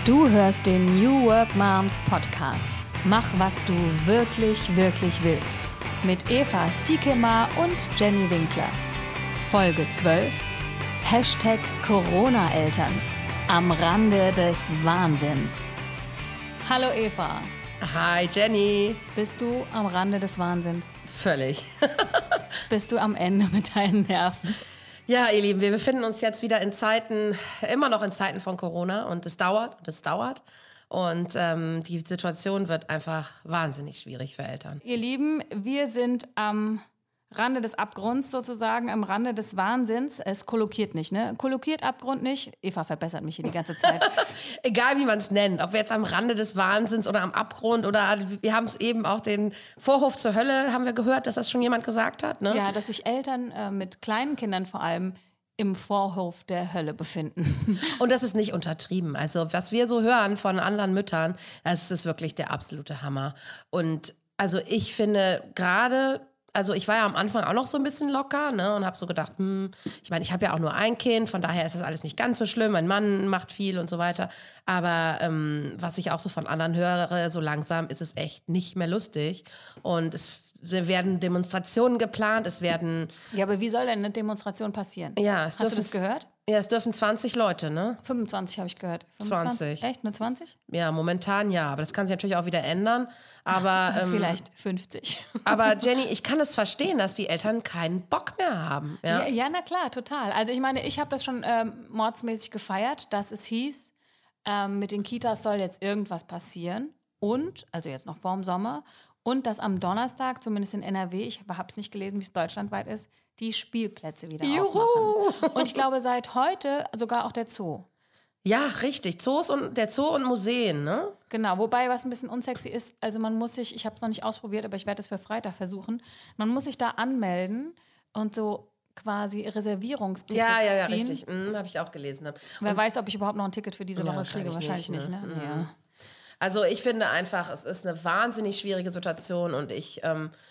Du hörst den New Work Moms Podcast. Mach, was du wirklich, wirklich willst. Mit Eva Stiekema und Jenny Winkler. Folge 12. Hashtag Corona-Eltern. Am Rande des Wahnsinns. Hallo Eva. Hi Jenny. Bist du am Rande des Wahnsinns? Völlig. Bist du am Ende mit deinen Nerven? Ja, ihr Lieben, wir befinden uns jetzt wieder immer noch in Zeiten von Corona und es dauert. Und die Situation wird einfach wahnsinnig schwierig für Eltern. Ihr Lieben, wir sind am Rande des Abgrunds sozusagen, am Rande des Wahnsinns. Es kolloquiert nicht, ne? Kolloquiert Abgrund nicht. Eva verbessert mich hier die ganze Zeit. Egal wie man es nennt, ob wir jetzt am Rande des Wahnsinns oder am Abgrund oder wir haben es eben auch den Vorhof zur Hölle, haben wir gehört, dass das schon jemand gesagt hat, ne? Ja, dass sich Eltern mit kleinen Kindern vor allem im Vorhof der Hölle befinden. Und das ist nicht untertrieben. Also was wir so hören von anderen Müttern, das ist wirklich der absolute Hammer. Und also ich finde gerade... Also ich war ja am Anfang auch noch so ein bisschen locker, ne, und habe so gedacht, ich meine, ich habe ja auch nur ein Kind, von daher ist das alles nicht ganz so schlimm, mein Mann macht viel und so weiter. Aber was ich auch so von anderen höre, so langsam ist es echt nicht mehr lustig. Und es werden Demonstrationen geplant, Ja, aber wie soll denn eine Demonstration passieren? Ja, Hast du das gehört? Ja, es dürfen 20 Leute, ne? 25 habe ich gehört. 20. Echt? Nur 20? Ja, momentan ja, aber das kann sich natürlich auch wieder ändern. Aber vielleicht 50. Aber Jenny, ich kann es verstehen, dass die Eltern keinen Bock mehr haben. Ja, na klar, total. Also ich meine, ich habe das schon mordsmäßig gefeiert, dass es hieß, mit den Kitas soll jetzt irgendwas passieren. Und, also jetzt noch vorm Sommer, und dass am Donnerstag, zumindest in NRW, ich habe es nicht gelesen, wie es deutschlandweit ist, die Spielplätze wieder aufmachen. Und ich glaube, seit heute sogar auch der Zoo. Ja, richtig. Der Zoo und Museen, ne? Genau, wobei, was ein bisschen unsexy ist, also man muss sich, ich habe es noch nicht ausprobiert, aber ich werde es für Freitag versuchen, man muss sich da anmelden und so quasi Reservierungstickets ja, ziehen. richtig. Habe ich auch gelesen. Wer weiß, ob ich überhaupt noch ein Ticket für diese Woche kriege. Wahrscheinlich nicht, ne? Ja. Also ich finde einfach, es ist eine wahnsinnig schwierige Situation und ich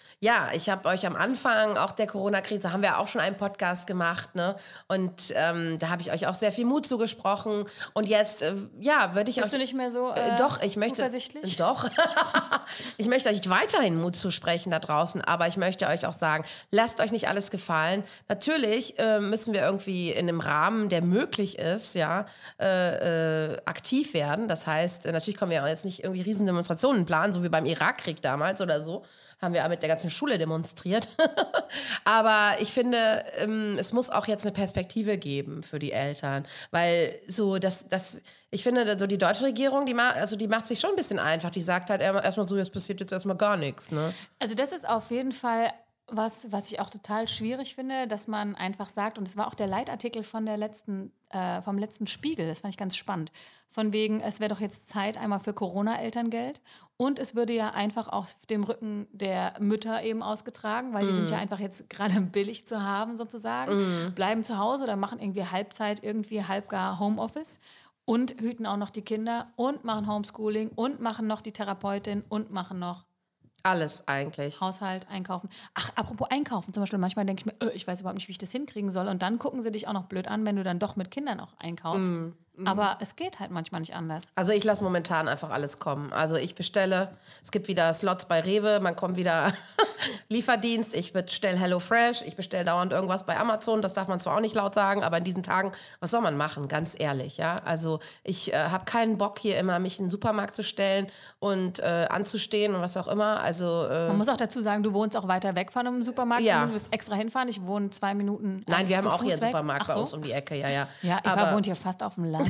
habe euch am Anfang auch der Corona-Krise, haben wir auch schon einen Podcast gemacht, ne? Und da habe ich euch auch sehr viel Mut zugesprochen und jetzt, würde ich Bist du nicht mehr so zuversichtlich? Doch, ich möchte euch weiterhin Mut zusprechen da draußen, aber ich möchte euch auch sagen, lasst euch nicht alles gefallen. Natürlich müssen wir irgendwie in einem Rahmen, der möglich ist, aktiv werden. Das heißt, natürlich können wir auch jetzt nicht irgendwie Riesendemonstrationen planen, so wie beim Irakkrieg damals oder so. Haben wir mit der ganzen Schule demonstriert. Aber ich finde, es muss auch jetzt eine Perspektive geben für die Eltern. Weil ich finde, so die deutsche Regierung, die macht sich schon ein bisschen einfach. Die sagt halt erstmal so, jetzt passiert jetzt erstmal gar nichts. Ne? Also das ist auf jeden Fall was ich auch total schwierig finde, dass man einfach sagt, und es war auch der Leitartikel vom letzten Spiegel, das fand ich ganz spannend, von wegen, es wäre doch jetzt Zeit einmal für Corona-Elterngeld und es würde ja einfach auf dem Rücken der Mütter eben ausgetragen, weil die sind ja einfach jetzt gerade billig zu haben sozusagen, bleiben zu Hause oder machen irgendwie Halbzeit, irgendwie halbgar Homeoffice und hüten auch noch die Kinder und machen Homeschooling und machen noch die Therapeutin und machen noch alles eigentlich. Haushalt, Einkaufen. Ach, apropos Einkaufen zum Beispiel, manchmal denke ich mir, ich weiß überhaupt nicht, wie ich das hinkriegen soll. Und dann gucken sie dich auch noch blöd an, wenn du dann doch mit Kindern auch einkaufst. Aber es geht halt manchmal nicht anders. Also ich lasse momentan einfach alles kommen. Also ich bestelle, es gibt wieder Slots bei Rewe, man kommt wieder Lieferdienst, ich bestelle HelloFresh, ich bestelle dauernd irgendwas bei Amazon, das darf man zwar auch nicht laut sagen, aber in diesen Tagen, was soll man machen, ganz ehrlich, ja? Also ich habe keinen Bock hier immer, mich in den Supermarkt zu stellen und anzustehen und was auch immer. Also man muss auch dazu sagen, du wohnst auch weiter weg von einem Supermarkt, du wirst extra hinfahren, ich wohne 2 Minuten Nein, wir haben auch Fuß hier einen weg. Supermarkt bei uns um die Ecke, ja. Ja, Eva wohnt hier fast auf dem Land.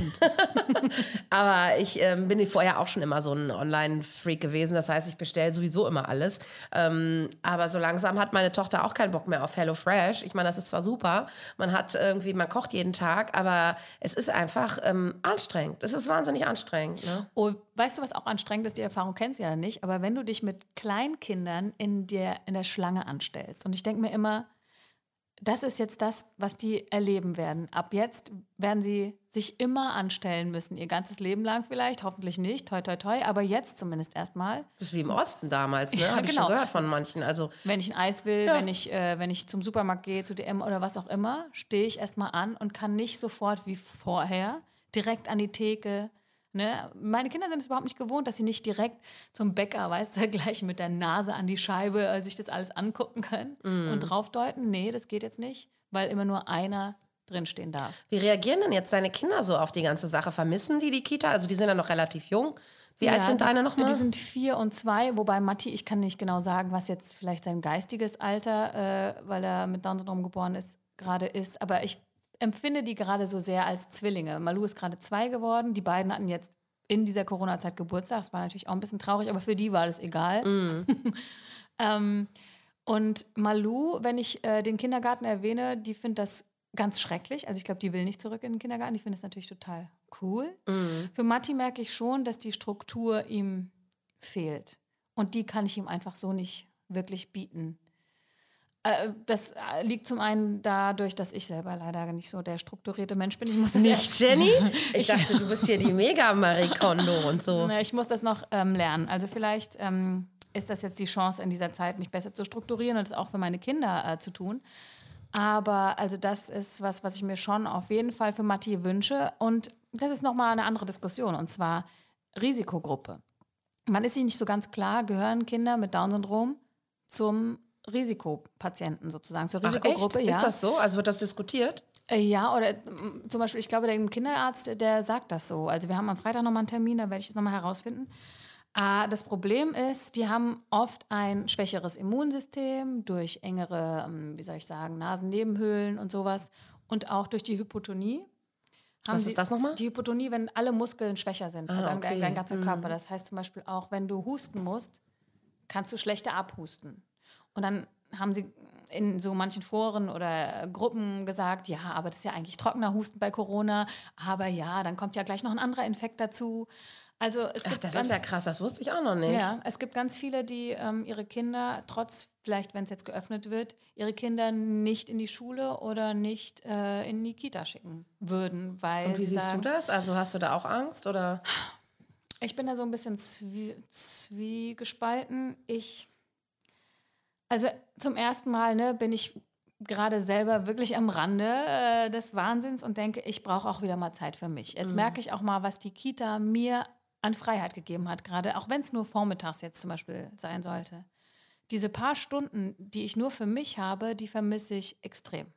Aber ich bin vorher auch schon immer so ein Online-Freak gewesen. Das heißt, ich bestelle sowieso immer alles. Aber so langsam hat meine Tochter auch keinen Bock mehr auf HelloFresh. Ich meine, das ist zwar super, man kocht jeden Tag, aber es ist einfach anstrengend. Es ist wahnsinnig anstrengend. Ne? Oh, weißt du, was auch anstrengend ist? Die Erfahrung kennst du ja nicht. Aber wenn du dich mit Kleinkindern in der Schlange anstellst und ich denke mir immer, das ist jetzt das, was die erleben werden. Ab jetzt werden sie sich immer anstellen müssen, ihr ganzes Leben lang vielleicht, hoffentlich nicht, toi, toi, toi, aber jetzt zumindest erstmal. Das ist wie im Osten damals, ne? Habe ich schon gehört von manchen. Also, wenn ich ein Eis will, wenn ich zum Supermarkt gehe, zu DM oder was auch immer, stehe ich erstmal an und kann nicht sofort wie vorher direkt an die Theke Ne? Meine Kinder sind es überhaupt nicht gewohnt, dass sie nicht direkt zum Bäcker, weißt du, gleich mit der Nase an die Scheibe sich das alles angucken können und draufdeuten. Nee, das geht jetzt nicht, weil immer nur einer drinstehen darf. Wie reagieren denn jetzt deine Kinder so auf die ganze Sache? Vermissen die Kita? Also die sind ja noch relativ jung. Wie alt sind deine nochmal? Die sind 4 und 2, wobei Matti, ich kann nicht genau sagen, was jetzt vielleicht sein geistiges Alter, weil er mit Down-Syndrom geboren ist, gerade ist. Aber ich empfinde die gerade so sehr als Zwillinge. Malou ist gerade 2 geworden. Die beiden hatten jetzt in dieser Corona-Zeit Geburtstag. Das war natürlich auch ein bisschen traurig, aber für die war das egal. Und Malou, wenn ich den Kindergarten erwähne, die findet das ganz schrecklich. Also ich glaube, die will nicht zurück in den Kindergarten. Die findet es natürlich total cool. Für Matti merke ich schon, dass die Struktur ihm fehlt. Und die kann ich ihm einfach so nicht wirklich bieten. Das liegt zum einen dadurch, dass ich selber leider nicht so der strukturierte Mensch bin. Ich muss das nicht, Jenny? Ich dachte, du bist hier die Mega-Marie Kondo und so. Ich muss das noch lernen. Also vielleicht ist das jetzt die Chance in dieser Zeit, mich besser zu strukturieren und das auch für meine Kinder zu tun. Aber also das ist was ich mir schon auf jeden Fall für Matti wünsche. Und das ist nochmal eine andere Diskussion, und zwar Risikogruppe. Man ist sich nicht so ganz klar, gehören Kinder mit Down-Syndrom zum Risikopatienten sozusagen, zur Risikogruppe. Echt? Ja. Ist das so? Also wird das diskutiert? Ja, oder zum Beispiel, ich glaube, der Kinderarzt, der sagt das so. Also wir haben am Freitag nochmal einen Termin, da werde ich es nochmal herausfinden. Das Problem ist, die haben oft ein schwächeres Immunsystem durch engere, wie soll ich sagen, Nasennebenhöhlen und sowas. Und auch durch die Hypotonie. Was ist das nochmal? Die Hypotonie, wenn alle Muskeln schwächer sind, also dein ganzer Körper. Das heißt zum Beispiel auch, wenn du husten musst, kannst du schlechter abhusten. Und dann haben sie in so manchen Foren oder Gruppen gesagt, ja, aber das ist ja eigentlich trockener Husten bei Corona. Aber ja, dann kommt ja gleich noch ein anderer Infekt dazu. Also es gibt das ist ja krass, das wusste ich auch noch nicht. Ja, es gibt ganz viele, die ihre Kinder, trotz, vielleicht wenn es jetzt geöffnet wird, ihre Kinder nicht in die Schule oder nicht in die Kita schicken würden. Weil und wie siehst du das? Also hast du da auch Angst, oder? Ich bin da so ein bisschen zwiegespalten. Also zum ersten Mal bin ich gerade selber wirklich am Rande des Wahnsinns und denke, ich brauche auch wieder mal Zeit für mich. Jetzt merke ich auch mal, was die Kita mir an Freiheit gegeben hat, gerade auch wenn es nur vormittags jetzt zum Beispiel sein sollte. Diese paar Stunden, die ich nur für mich habe, die vermisse ich extrem.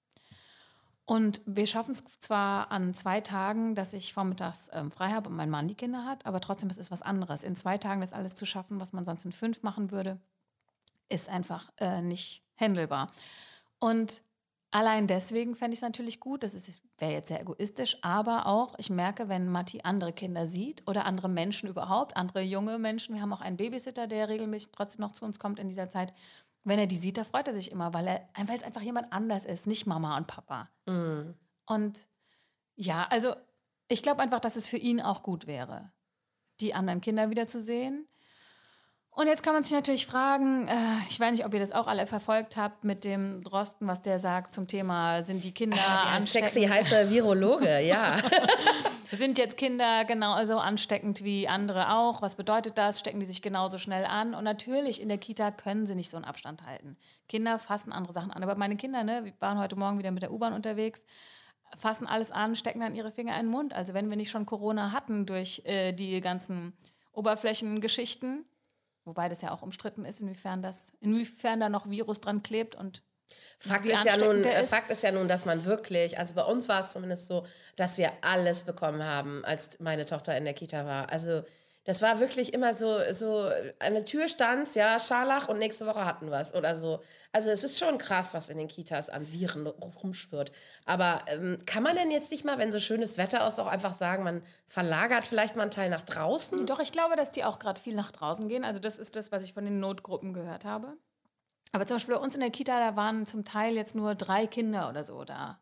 Und wir schaffen es zwar an 2 Tagen, dass ich vormittags frei habe und mein Mann die Kinder hat, aber trotzdem ist es was anderes. In 2 Tagen das alles zu schaffen, was man sonst in 5 machen würde, ist einfach nicht handelbar. Und allein deswegen fände ich es natürlich gut, wäre jetzt sehr egoistisch, aber auch, ich merke, wenn Matti andere Kinder sieht oder andere Menschen überhaupt, andere junge Menschen, wir haben auch einen Babysitter, der regelmäßig trotzdem noch zu uns kommt in dieser Zeit, wenn er die sieht, da freut er sich immer, weil es einfach jemand anders ist, nicht Mama und Papa. Und ja, also ich glaube einfach, dass es für ihn auch gut wäre, die anderen Kinder wiederzusehen. Und jetzt kann man sich natürlich fragen, ich weiß nicht, ob ihr das auch alle verfolgt habt mit dem Drosten, was der sagt zum Thema, sind die Kinder ansteckend? Sexy, heißer Virologe, ja. Sind jetzt Kinder genauso ansteckend wie andere auch? Was bedeutet das? Stecken die sich genauso schnell an? Und natürlich, in der Kita können sie nicht so einen Abstand halten. Kinder fassen andere Sachen an. Aber meine Kinder, wir waren heute Morgen wieder mit der U-Bahn unterwegs, fassen alles an, stecken dann ihre Finger in den Mund. Also wenn wir nicht schon Corona hatten durch die ganzen Oberflächengeschichten, wobei das ja auch umstritten ist, inwiefern da noch Virus dran klebt und Fakt ist ja nun, dass man wirklich, also bei uns war es zumindest so, dass wir alles bekommen haben, als meine Tochter in der Kita war. Also das war wirklich immer so an der Tür stand, ja, Scharlach und nächste Woche hatten wir es oder so. Also es ist schon krass, was in den Kitas an Viren rumschwirrt. Aber kann man denn jetzt nicht mal, wenn so schönes Wetter ist, auch einfach sagen, man verlagert vielleicht mal einen Teil nach draußen? Doch, ich glaube, dass die auch gerade viel nach draußen gehen. Also das ist das, was ich von den Notgruppen gehört habe. Aber zum Beispiel bei uns in der Kita, da waren zum Teil jetzt nur 3 Kinder oder so da.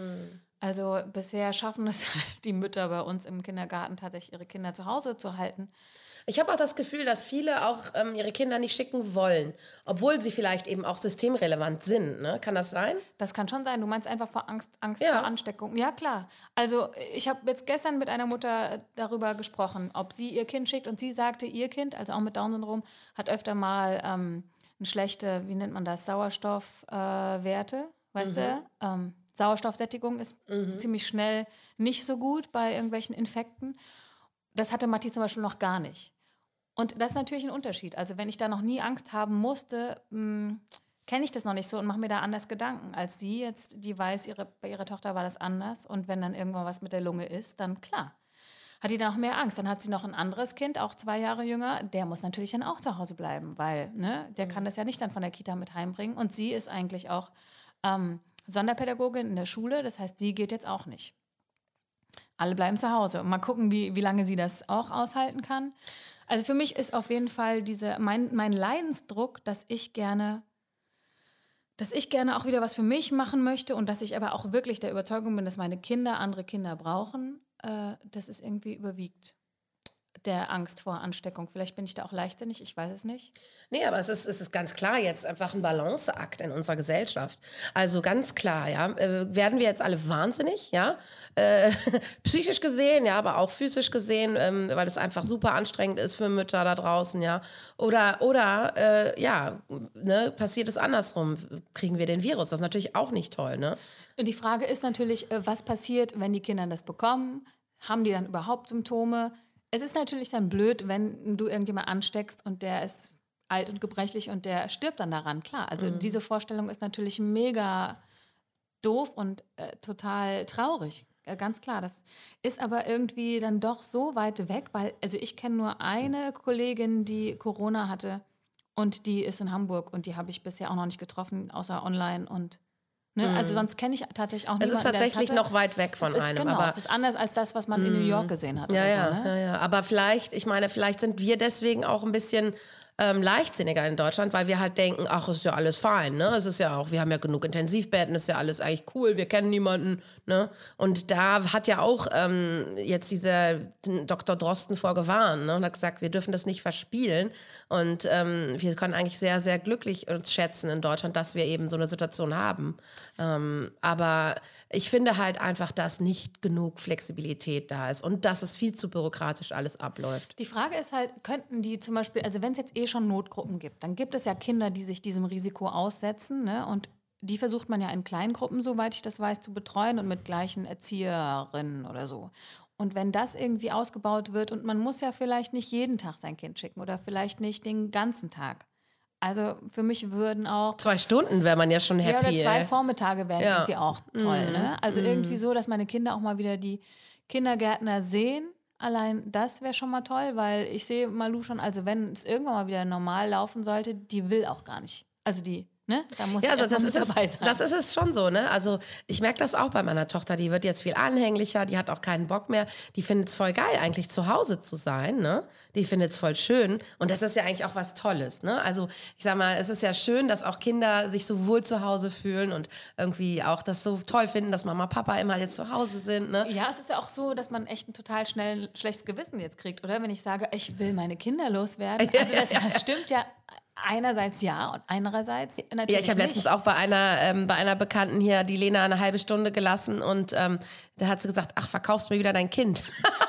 Also bisher schaffen es die Mütter bei uns im Kindergarten tatsächlich, ihre Kinder zu Hause zu halten. Ich habe auch das Gefühl, dass viele auch ihre Kinder nicht schicken wollen, obwohl sie vielleicht eben auch systemrelevant sind. Ne? Kann das sein? Das kann schon sein. Du meinst einfach vor Angst vor Ansteckung. Ja, klar. Also ich habe jetzt gestern mit einer Mutter darüber gesprochen, ob sie ihr Kind schickt. Und sie sagte, ihr Kind, also auch mit Down-Syndrom, hat öfter mal eine schlechte, wie nennt man das, Sauerstoffwerte, weißt du? Sauerstoffsättigung ist ziemlich schnell nicht so gut bei irgendwelchen Infekten. Das hatte Matti zum Beispiel noch gar nicht. Und das ist natürlich ein Unterschied. Also wenn ich da noch nie Angst haben musste, kenne ich das noch nicht so und mache mir da anders Gedanken. Als sie jetzt, die weiß, bei ihrer Tochter war das anders. Und wenn dann irgendwann was mit der Lunge ist, dann klar, hat die dann noch mehr Angst. Dann hat sie noch ein anderes Kind, auch 2 Jahre jünger. Der muss natürlich dann auch zu Hause bleiben, weil der kann das ja nicht dann von der Kita mit heimbringen. Und sie ist eigentlich auch Sonderpädagogin in der Schule. Das heißt, sie geht jetzt auch nicht. Alle bleiben zu Hause. Und mal gucken, wie lange sie das auch aushalten kann. Also für mich ist auf jeden Fall mein Leidensdruck, dass ich gerne auch wieder was für mich machen möchte und dass ich aber auch wirklich der Überzeugung bin, dass meine Kinder andere Kinder brauchen, dass es irgendwie überwiegt. Der Angst vor Ansteckung. Vielleicht bin ich da auch leichtsinnig, ich weiß es nicht. Nee, aber es ist ganz klar jetzt einfach ein Balanceakt in unserer Gesellschaft. Also ganz klar, ja, werden wir jetzt alle wahnsinnig, ja, psychisch gesehen, ja, aber auch physisch gesehen, weil es einfach super anstrengend ist für Mütter da draußen, ja, oder ja, ne, passiert es andersrum, kriegen wir den Virus, das ist natürlich auch nicht toll, ne? Und die Frage ist natürlich, was passiert, wenn die Kinder das bekommen? Haben die dann überhaupt Symptome? Es ist natürlich dann blöd, wenn du irgendjemand ansteckst und der ist alt und gebrechlich und der stirbt dann daran. Klar, also diese Vorstellung ist natürlich mega doof und total traurig. Ganz klar, das ist aber irgendwie dann doch so weit weg, weil, also ich kenne nur eine Kollegin, die Corona hatte und die ist in Hamburg und die habe ich bisher auch noch nicht getroffen, außer online und also sonst kenne ich tatsächlich auch niemanden, Es ist tatsächlich noch weit weg von einem. Genau, aber es ist anders als das, was man in New York gesehen hat. Ja. Aber vielleicht sind wir deswegen auch ein bisschen leichtsinniger in Deutschland, weil wir halt denken, ach, ist ja alles fein, ne? Es ist ja auch, wir haben ja genug Intensivbetten, ist ja alles eigentlich cool, wir kennen niemanden, ne? Und da hat ja auch jetzt dieser Dr. Drosten vorgewarnt, ne? Und hat gesagt, wir dürfen das nicht verspielen und wir können eigentlich sehr, sehr glücklich uns schätzen in Deutschland, dass wir eben so eine Situation haben. Aber ich finde halt einfach, dass nicht genug Flexibilität da ist und dass es viel zu bürokratisch alles abläuft. Die Frage ist halt, könnten die zum Beispiel, also wenn es jetzt schon Notgruppen gibt, dann gibt es ja Kinder, die sich diesem Risiko aussetzen, ne? Und die versucht man ja in Kleingruppen, soweit ich das weiß, zu betreuen und mit gleichen Erzieherinnen oder so. Und wenn das irgendwie ausgebaut wird und man muss ja vielleicht nicht jeden Tag sein Kind schicken oder vielleicht nicht den ganzen Tag. Also für mich würden auch 2 Stunden wäre man ja schon happy. Ja, oder 2 Vormittage wären irgendwie auch toll. Ne? Also irgendwie so, dass meine Kinder auch mal wieder die Kindergärtner sehen. Allein das wäre schon mal toll, weil ich sehe Malu schon, also wenn es irgendwann mal wieder normal laufen sollte, die will auch gar nicht. Also die, ne? Da muss ich das mit dabei sein. Das ist es schon so, ne? Also ich merke das auch bei meiner Tochter, die wird jetzt viel anhänglicher, die hat auch keinen Bock mehr. Die findet es voll geil, eigentlich zu Hause zu sein, ne? Die findet es voll schön und das ist ja eigentlich auch was Tolles, ne? Also ich sag mal, es ist ja schön, dass auch Kinder sich so wohl zu Hause fühlen und irgendwie auch das so toll finden, dass Mama, Papa immer jetzt zu Hause sind, ne? Ja, es ist ja auch so, dass man echt ein total schnell schlechtes Gewissen jetzt kriegt, oder? Wenn ich sage, ich will meine Kinder loswerden. Also das stimmt ja einerseits ja und andererseits natürlich Ja, ich habe letztens auch bei einer Bekannten hier die Lena eine halbe Stunde gelassen und da hat sie gesagt, ach, verkaufst mir wieder dein Kind.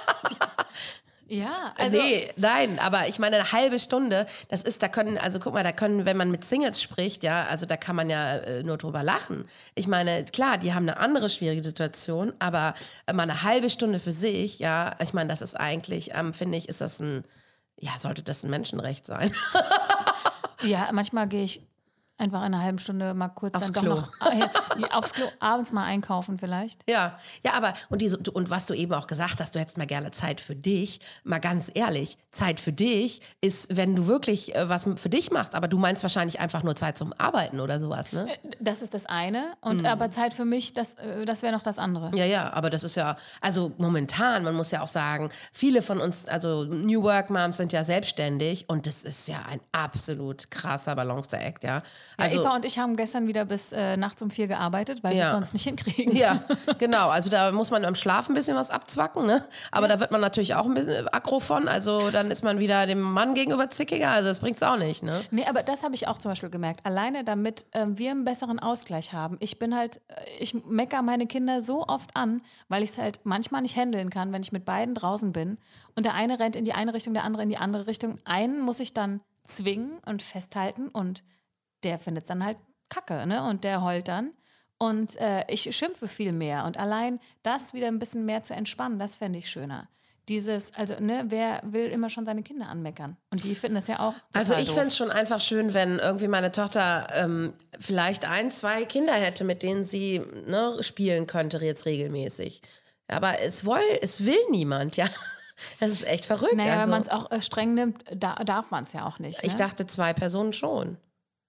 Ja, also nee, nein, aber ich meine, eine halbe Stunde, wenn man mit Singles spricht, ja, also da kann man ja nur drüber lachen. Ich meine, klar, die haben eine andere schwierige Situation, aber mal eine halbe Stunde für sich, ja, ich meine, das ist eigentlich, finde ich, sollte das ein Menschenrecht sein. Ja, manchmal gehe ich einfach in einer halben Stunde mal kurz aufs dann Klo. doch noch aufs Klo, abends mal einkaufen vielleicht. Ja, aber und was du eben auch gesagt hast, du hättest mal gerne Zeit für dich. Mal ganz ehrlich, Zeit für dich ist, wenn du wirklich was für dich machst, aber du meinst wahrscheinlich einfach nur Zeit zum Arbeiten oder sowas, ne? Das ist das eine und aber Zeit für mich, das wäre noch das andere. Ja, aber das ist ja, also momentan, man muss ja auch sagen, viele von uns, also New Work Moms sind ja selbstständig und das ist ja ein absolut krasser Balanceakt, ja. Also, Eva und ich haben gestern wieder bis nachts um 4 gearbeitet, weil wir es sonst nicht hinkriegen. Ja, genau. Also da muss man im Schlaf ein bisschen was abzwacken, ne? Aber da wird man natürlich auch ein bisschen aggro von. Also dann ist man wieder dem Mann gegenüber zickiger. Also das bringt's auch nicht, ne? Nee, aber das habe ich auch zum Beispiel gemerkt. Alleine damit wir einen besseren Ausgleich haben. Ich meckere meine Kinder so oft an, weil ich es halt manchmal nicht handeln kann, wenn ich mit beiden draußen bin. Und der eine rennt in die eine Richtung, der andere in die andere Richtung. Einen muss ich dann zwingen und festhalten und der findet es dann halt kacke, ne? Und der heult dann. Und ich schimpfe viel mehr. Und allein das wieder ein bisschen mehr zu entspannen, das fände ich schöner. wer will immer schon seine Kinder anmeckern? Und die finden das ja auch total Also ich doof. fände es schon einfach schön, wenn irgendwie meine Tochter vielleicht 1, 2 Kinder hätte, mit denen sie spielen könnte jetzt regelmäßig. Aber es will niemand, ja. Das ist echt verrückt. Naja, wenn man es auch streng nimmt, darf man es ja auch nicht. Ne? Ich dachte 2 Personen schon.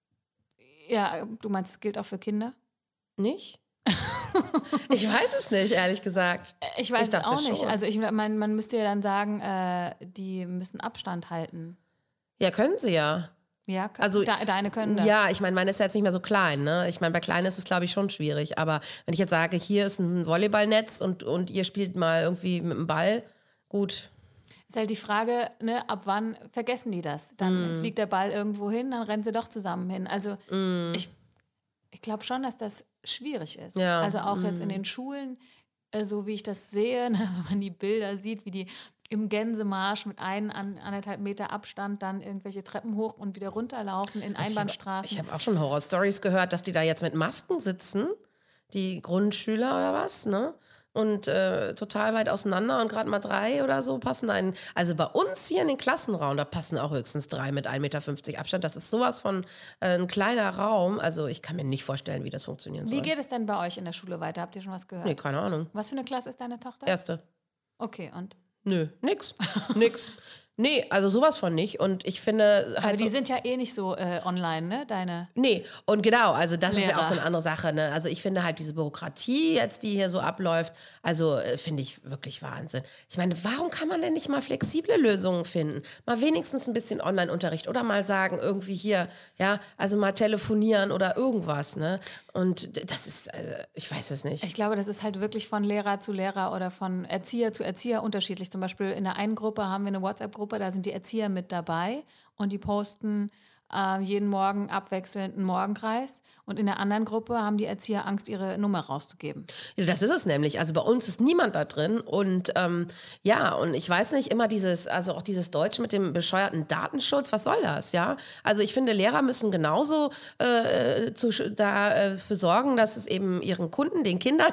Ja, du meinst, es gilt auch für Kinder? Nicht? Ich weiß es nicht, ehrlich gesagt. Ich weiß es auch nicht. Schon. Also man müsste ja dann sagen, die müssen Abstand halten. Ja, können sie ja. Ja, also deine können das. Ja, ich meine ist ja jetzt nicht mehr so klein, ne? Ich meine, bei Kleinen ist es, glaube ich, schon schwierig. Aber wenn ich jetzt sage, hier ist ein Volleyballnetz und ihr spielt mal irgendwie mit dem Ball, gut. Ist halt die Frage, ne, ab wann vergessen die das? Dann fliegt der Ball irgendwo hin, dann rennen sie doch zusammen hin. Also ich glaube schon, dass das schwierig ist. Ja. Also auch jetzt in den Schulen, so wie ich das sehe, ne, wenn man die Bilder sieht, wie die im Gänsemarsch mit 1,5 Meter Abstand dann irgendwelche Treppen hoch und wieder runterlaufen in Einbahnstraßen. Ich habe auch schon Horror-Stories gehört, dass die da jetzt mit Masken sitzen, die Grundschüler oder was, ne? Und total weit auseinander und gerade mal 3 oder so passen da also bei uns hier in den Klassenraum, da passen auch höchstens 3 mit 1,50 Meter Abstand. Das ist sowas von ein kleiner Raum. Also ich kann mir nicht vorstellen, wie das funktionieren soll. Wie geht es denn bei euch in der Schule weiter? Habt ihr schon was gehört? Nee, keine Ahnung. Was für eine Klasse ist deine Tochter? 1. Okay, und? Nö, nix. Nee, also sowas von nicht. Und ich finde halt. Aber die sind ja eh nicht so online, ne? Deine. Nee, und genau, also das Lehrer. ist ja auch so eine andere Sache. Ne? Also ich finde halt diese Bürokratie jetzt, die hier so abläuft, also finde ich wirklich Wahnsinn. Ich meine, warum kann man denn nicht mal flexible Lösungen finden? Mal wenigstens ein bisschen Online-Unterricht oder mal sagen, irgendwie hier, ja, also mal telefonieren oder irgendwas, ne? Und das ist, ich weiß es nicht. Ich glaube, das ist halt wirklich von Lehrer zu Lehrer oder von Erzieher zu Erzieher unterschiedlich. Zum Beispiel in der einen Gruppe haben wir eine WhatsApp-Gruppe, da sind die Erzieher mit dabei und die posten jeden Morgen abwechselnd einen Morgenkreis. Und in der anderen Gruppe haben die Erzieher Angst, ihre Nummer rauszugeben. Ja, das ist es nämlich. Also bei uns ist niemand da drin. Und ja, und ich weiß nicht, immer also auch dieses Deutsche mit dem bescheuerten Datenschutz, was soll das, ja? Also ich finde, Lehrer müssen genauso dafür sorgen, dass es eben ihren Kunden, den Kindern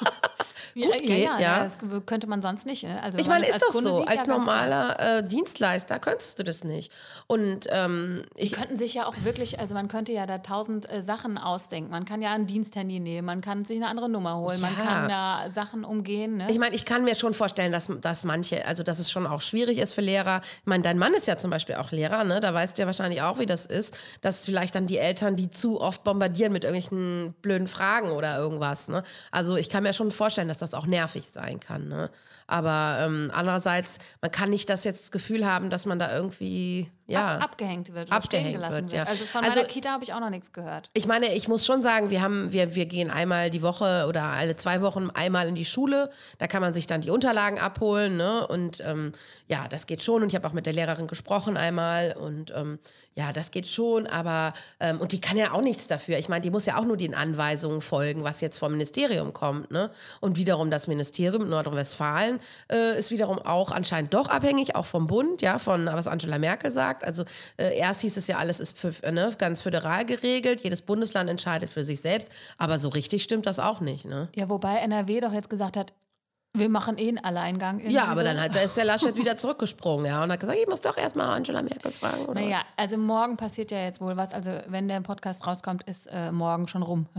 gut geht. Ja. Das könnte man sonst nicht. Ne? Also, ich wenn man meine, es ist doch Kunde so. sieht, Als ja, ganz klar. normaler Dienstleister könntest du das nicht. Und Die könnten sich ja auch wirklich, also man könnte ja da 1000 Sachen ausdenken. Man kann ja ein Diensthandy nehmen, man kann sich eine andere Nummer holen, man Ja. kann da Sachen umgehen. Ne? Ich meine, ich kann mir schon vorstellen, dass manche, also dass es schon auch schwierig ist für Lehrer. Ich meine, dein Mann ist ja zum Beispiel auch Lehrer, ne? Da weißt du ja wahrscheinlich auch, wie das ist, dass vielleicht dann die Eltern die zu oft bombardieren mit irgendwelchen blöden Fragen oder irgendwas. Ne? Also ich kann mir schon vorstellen, dass das auch nervig sein kann. Ne? Aber andererseits, man kann nicht das Gefühl haben, dass man da irgendwie abgehängt wird oder stehen gelassen wird. Ja. Also von meiner Kita habe ich auch noch nichts gehört. Ich meine, ich muss schon sagen, wir gehen einmal die Woche oder alle 2 Wochen einmal in die Schule. Da kann man sich dann die Unterlagen abholen. Ne? Und ja, das geht schon. Und ich habe auch mit der Lehrerin gesprochen einmal. Und ja, das geht schon. Aber, und die kann ja auch nichts dafür. Ich meine, die muss ja auch nur den Anweisungen folgen, was jetzt vom Ministerium kommt. Ne? Und wiederum das Ministerium in Nordrhein-Westfalen ist wiederum auch anscheinend doch abhängig, auch vom Bund, ja, von was Angela Merkel sagt. Also erst hieß es ja, alles ist ganz föderal geregelt, jedes Bundesland entscheidet für sich selbst, aber so richtig stimmt das auch nicht. Ne? Ja, wobei NRW doch jetzt gesagt hat, wir machen einen Alleingang. Ja, aber so. dann ist der Laschet wieder zurückgesprungen, ja, und hat gesagt, ich muss doch erstmal Angela Merkel fragen. Oder? Naja, also morgen passiert ja jetzt wohl was. Also wenn der Podcast rauskommt, ist morgen schon rum.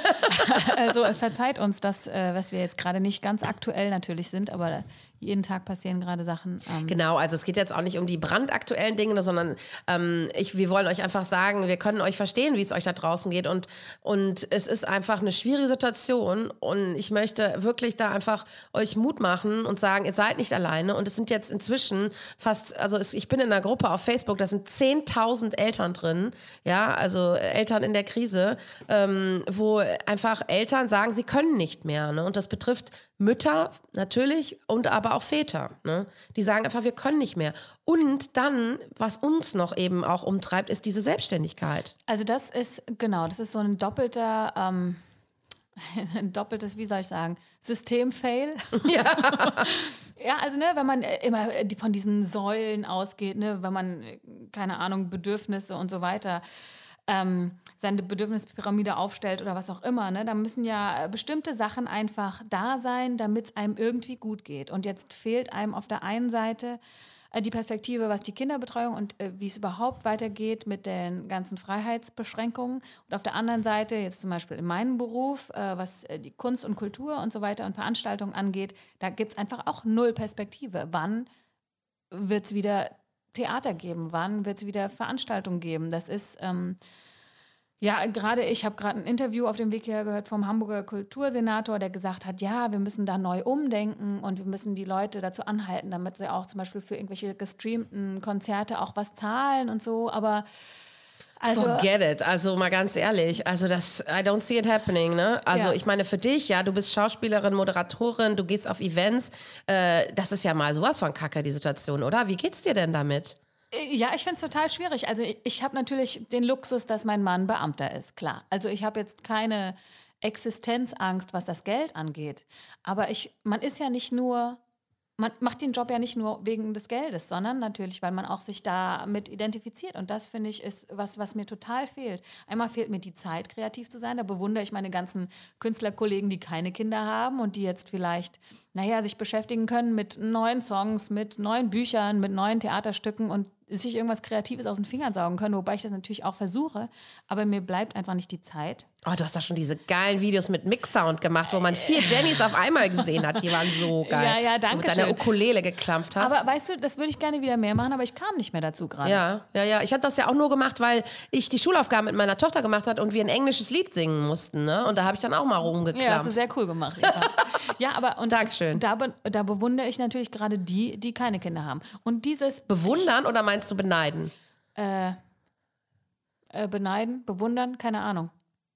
Also verzeiht uns das, was wir jetzt gerade nicht ganz aktuell natürlich sind, aber jeden Tag passieren gerade Sachen. Genau, also es geht jetzt auch nicht um die brandaktuellen Dinge, sondern wir wollen euch einfach sagen, wir können euch verstehen, wie es euch da draußen geht und es ist einfach eine schwierige Situation und ich möchte wirklich da einfach euch Mut machen und sagen, ihr seid nicht alleine und es sind jetzt inzwischen ich bin in einer Gruppe auf Facebook, da sind 10.000 Eltern drin, ja, also Eltern in der Krise, wo einfach Eltern sagen, sie können nicht mehr, ne? Und das betrifft Mütter natürlich und aber auch Väter, ne? Die sagen einfach, wir können nicht mehr. Und dann, was uns noch eben auch umtreibt, ist diese Selbstständigkeit. Also das ist so ein doppeltes, wie soll ich sagen, Systemfail. Ja. Ja, also ne, wenn man immer von diesen Säulen ausgeht, ne, wenn man, keine Ahnung, Bedürfnisse und so weiter seine Bedürfnispyramide aufstellt oder was auch immer. Ne? Da müssen ja bestimmte Sachen einfach da sein, damit es einem irgendwie gut geht. Und jetzt fehlt einem auf der einen Seite die Perspektive, was die Kinderbetreuung und wie es überhaupt weitergeht mit den ganzen Freiheitsbeschränkungen. Und auf der anderen Seite, jetzt zum Beispiel in meinem Beruf, was die Kunst und Kultur und so weiter und Veranstaltungen angeht, da gibt es einfach auch null Perspektive. Wann wird es wieder Theater geben? Wann wird es wieder Veranstaltungen geben? Das ist, ich habe gerade ein Interview auf dem Weg hierher gehört vom Hamburger Kultursenator, der gesagt hat, ja, wir müssen da neu umdenken und wir müssen die Leute dazu anhalten, damit sie auch zum Beispiel für irgendwelche gestreamten Konzerte auch was zahlen und so, aber also, forget it, also mal ganz ehrlich, also I don't see it happening, ne? Also ich meine für dich, ja, du bist Schauspielerin, Moderatorin, du gehst auf Events, das ist ja mal sowas von Kacke, die Situation, oder? Wie geht's dir denn damit? Ja, ich finde es total schwierig. Also ich habe natürlich den Luxus, dass mein Mann Beamter ist, klar. Also ich habe jetzt keine Existenzangst, was das Geld angeht. Aber man ist ja nicht nur, man macht den Job ja nicht nur wegen des Geldes, sondern natürlich, weil man auch sich damit identifiziert. Und das, finde ich, ist was mir total fehlt. Einmal fehlt mir die Zeit, kreativ zu sein. Da bewundere ich meine ganzen Künstlerkollegen, die keine Kinder haben und die jetzt vielleicht sich beschäftigen können mit neuen Songs, mit neuen Büchern, mit neuen Theaterstücken und sich irgendwas Kreatives aus den Fingern saugen können, wobei ich das natürlich auch versuche, aber mir bleibt einfach nicht die Zeit. Oh, du hast da schon diese geilen Videos mit Mix-Sound gemacht, wo man 4 Jennys auf einmal gesehen hat. Die waren so geil. Ja, danke schön. Mit deiner Ukulele geklampft hast. Aber weißt du, das würde ich gerne wieder mehr machen, aber ich kam nicht mehr dazu gerade. Ja. Ich habe das ja auch nur gemacht, weil ich die Schulaufgaben mit meiner Tochter gemacht habe und wir ein englisches Lied singen mussten. Ne? Und da habe ich dann auch mal rumgeklampft. Ja, das ist sehr cool gemacht, Eva. Ja, aber und Dankeschön. Da bewundere ich natürlich gerade die keine Kinder haben. Und dieses bewundern oder meinst du beneiden? Beneiden, bewundern, keine Ahnung.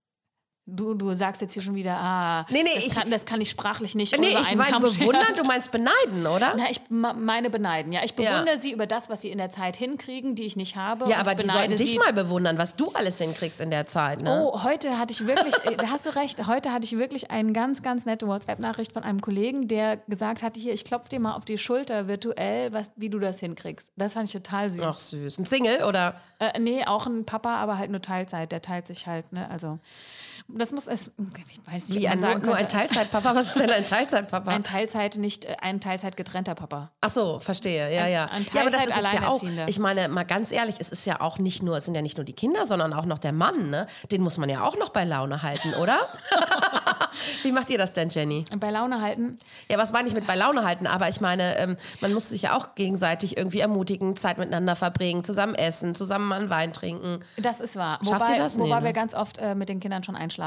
Du sagst jetzt hier schon wieder, das kann ich sprachlich nicht. Nee, ich meine bewundern, du meinst beneiden, oder? Na, ich meine beneiden, ja. Ich bewundere sie über das, was sie in der Zeit hinkriegen, die ich nicht habe. Ja, aber die sollten dich mal bewundern, was du alles hinkriegst in der Zeit, ne? Oh, heute hatte ich wirklich, da hast du recht, heute hatte ich wirklich eine ganz, ganz nette WhatsApp-Nachricht von einem Kollegen, der gesagt hatte, hier, ich klopfe dir mal auf die Schulter virtuell, wie du das hinkriegst. Das fand ich total süß. Ach, süß. Ein Single, oder? Nee, auch ein Papa, aber halt nur Teilzeit. Der teilt sich halt, ne, also... Das muss es, ich weiß nicht, wie nur ein Teilzeitpapa? Was ist denn ein Teilzeitpapa? Ein Teilzeit getrennter Papa. Ach so, verstehe, ja. Ein Teilzeit aber das ist ja auch, Alleinerziehender. ich meine, mal ganz ehrlich, es sind ja nicht nur die Kinder, sondern auch noch der Mann, ne? Den muss man ja auch noch bei Laune halten, oder? Wie macht ihr das denn, Jenny? Bei Laune halten? Ja, was meine ich mit bei Laune halten? Aber ich meine, man muss sich ja auch gegenseitig irgendwie ermutigen, Zeit miteinander verbringen, zusammen essen, zusammen mal einen Wein trinken. Das ist wahr. Schafft ihr das? Wobei wir ganz oft mit den Kindern schon einschlafen.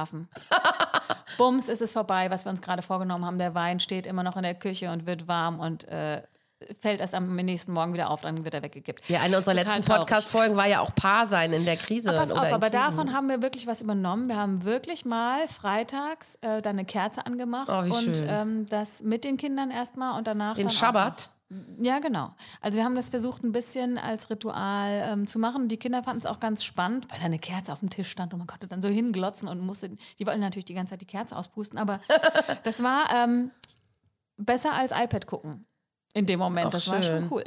Bums, ist es vorbei, was wir uns gerade vorgenommen haben. Der Wein steht immer noch in der Küche und wird warm und fällt erst am nächsten Morgen wieder auf, dann wird er weggekippt. Ja, eine unserer letzten Podcast-Folgen war ja auch Paar sein in der Krise. Pass auf, aber davon haben wir wirklich was übernommen. Wir haben wirklich mal freitags dann eine Kerze angemacht und das mit den Kindern erstmal und danach den Schabbat. Ja, genau. Also wir haben das versucht, ein bisschen als Ritual zu machen. Die Kinder fanden es auch ganz spannend, weil da eine Kerze auf dem Tisch stand und man konnte dann so hinglotzen und die wollten natürlich die ganze Zeit die Kerze auspusten, aber das war besser als iPad gucken in dem Moment. Das war schon cool.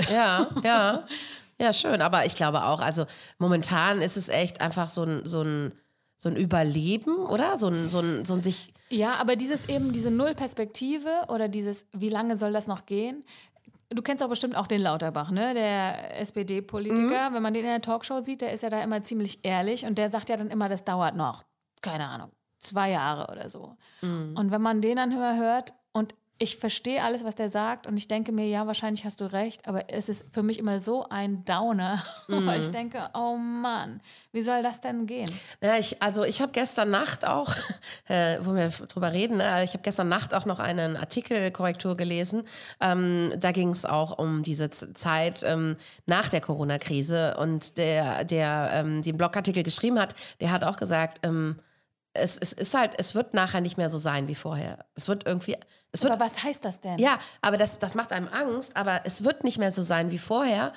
Ja, schön. Aber ich glaube auch, also momentan ist es echt einfach so ein Überleben, oder? So ein sich... Ja, aber diese Nullperspektive oder dieses, wie lange soll das noch gehen? Du kennst auch bestimmt auch den Lauterbach, ne? Der SPD-Politiker. Wenn man den in der Talkshow sieht, der ist ja da immer ziemlich ehrlich und der sagt ja dann immer, das dauert noch, keine Ahnung, 2 Jahre oder so. Und wenn man den dann hört und ich verstehe alles, was der sagt und ich denke mir, ja, wahrscheinlich hast du recht, aber es ist für mich immer so ein Downer, weil ich denke, oh Mann, wie soll das denn gehen? Ja, ich habe gestern Nacht auch, wo wir drüber reden, ich habe gestern Nacht auch noch einen Artikelkorrektur gelesen, da ging es auch um diese Zeit nach der Corona-Krise und der den Blogartikel geschrieben hat, der hat auch gesagt, es wird nachher nicht mehr so sein wie vorher. Aber was heißt das denn? Ja, aber das macht einem Angst, aber es wird nicht mehr so sein wie vorher,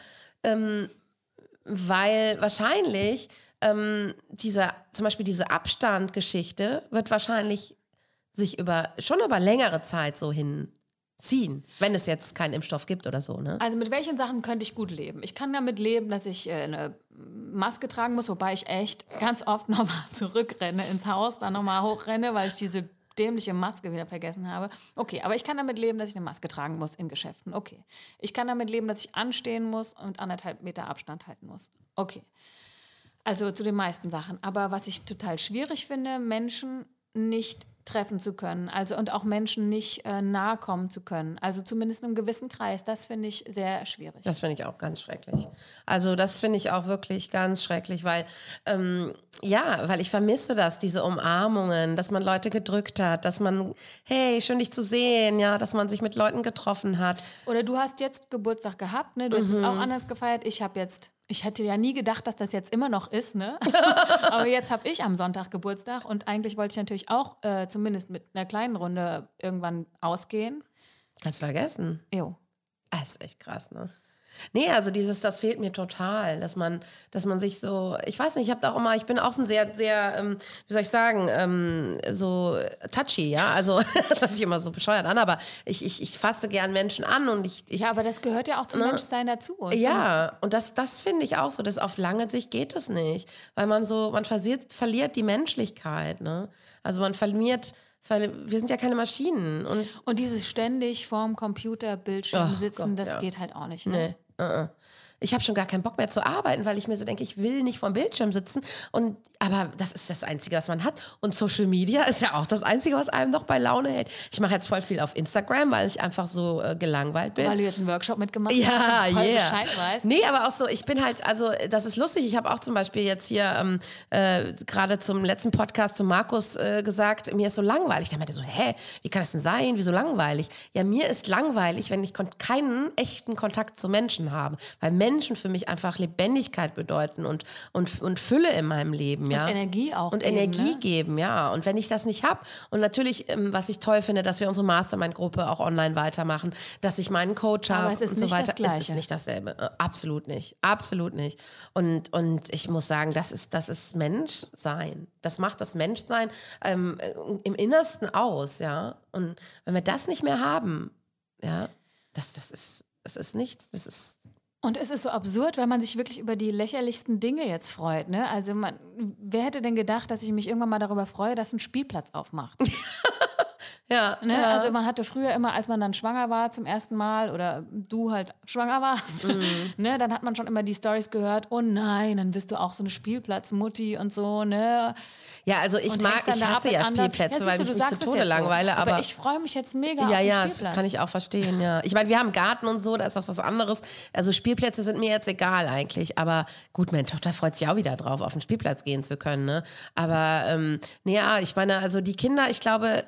weil wahrscheinlich zum Beispiel diese Abstandgeschichte wird wahrscheinlich sich schon über längere Zeit so ziehen, wenn es jetzt keinen Impfstoff gibt oder so, ne? Also mit welchen Sachen könnte ich gut leben? Ich kann damit leben, dass ich eine Maske tragen muss, wobei ich echt ganz oft nochmal zurückrenne ins Haus, dann nochmal hochrenne, weil ich diese dämliche Maske wieder vergessen habe. Okay, aber ich kann damit leben, dass ich eine Maske tragen muss in Geschäften. Okay. Ich kann damit leben, dass ich anstehen muss und 1,5 Meter Abstand halten muss. Okay. Also zu den meisten Sachen. Aber was ich total schwierig finde, Menschen nicht treffen zu können, also und auch Menschen nicht nahe kommen zu können, also zumindest in einem gewissen Kreis, das finde ich sehr schwierig. Das finde ich auch ganz schrecklich. Also das finde ich auch wirklich ganz schrecklich, weil weil ich vermisse das, diese Umarmungen, dass man Leute gedrückt hat, dass man, hey, schön dich zu sehen, ja, dass man sich mit Leuten getroffen hat. Oder du hast jetzt Geburtstag gehabt, ne? Du hast es auch anders gefeiert. Ich hätte ja nie gedacht, dass das jetzt immer noch ist, ne? Aber jetzt habe ich am Sonntag Geburtstag und eigentlich wollte ich natürlich auch zumindest mit einer kleinen Runde irgendwann ausgehen. Kannst vergessen. Jo. Das ist echt krass, ne? Nee, also das fehlt mir total, dass man sich so, ich weiß nicht, ich bin auch ein sehr, sehr, wie soll ich sagen, so touchy, ja, also das hört sich immer so bescheuert an, aber ich fasse gern Menschen an und ja, aber das gehört ja auch zum Menschsein dazu. Und und das finde ich auch so, dass auf lange Sicht geht es nicht, weil man verliert die Menschlichkeit, ne, also man verliert. Weil wir sind ja keine Maschinen. Und dieses ständig vorm Computerbildschirm sitzen, das geht halt auch nicht. Ne? Nee. Ich habe schon gar keinen Bock mehr zu arbeiten, weil ich mir so denke, ich will nicht vorm Bildschirm sitzen. Aber das ist das Einzige, was man hat. Und Social Media ist ja auch das Einzige, was einem noch bei Laune hält. Ich mache jetzt voll viel auf Instagram, weil ich einfach so gelangweilt bin. Weil du jetzt einen Workshop mitgemacht hast und voll Bescheid weißt. Nee, aber auch so, ich bin halt, also das ist lustig. Ich habe auch zum Beispiel jetzt hier gerade zum letzten Podcast zu Markus gesagt, mir ist so langweilig. Der meinte so, wie kann das denn sein? Wieso langweilig? Ja, mir ist langweilig, wenn ich keinen echten Kontakt zu Menschen habe. Weil Menschen für mich einfach Lebendigkeit bedeuten und Fülle in meinem Leben, ja. Und Energie auch und geben, Energie ne? geben, ja. Und wenn ich das nicht habe und natürlich, was ich toll finde, dass wir unsere Mastermind-Gruppe auch online weitermachen, dass ich meinen Coach habe es ist und so nicht weiter. das Gleiche. Es ist nicht dasselbe. Absolut nicht. Absolut nicht. Und ich muss sagen, das ist Menschsein. Das macht das Menschsein im Innersten aus, ja. Und wenn wir das nicht mehr haben, ja, das ist nichts. Das ist. Und es ist so absurd, weil man sich wirklich über die lächerlichsten Dinge jetzt freut. Ne? Also wer hätte denn gedacht, dass ich mich irgendwann mal darüber freue, dass ein Spielplatz aufmacht? Ja, ne? ja. Also man hatte früher immer, als man dann schwanger war zum ersten Mal oder du halt schwanger warst, ne? Dann hat man schon immer die Storys gehört, oh nein, dann bist du auch so eine Spielplatzmutti und so, ne? Ja, also ich hasse ja Spielplätze, weil ich mich zu Tode langweile. So. Aber ich freue mich jetzt mega auf den Spielplatz. Das kann ich auch verstehen, ja. Ich meine, wir haben einen Garten und so, da ist was anderes. Also Spielplätze sind mir jetzt egal eigentlich. Aber gut, meine Tochter freut sich auch wieder drauf, auf den Spielplatz gehen zu können, ne? Aber, ich meine, also die Kinder, ich glaube,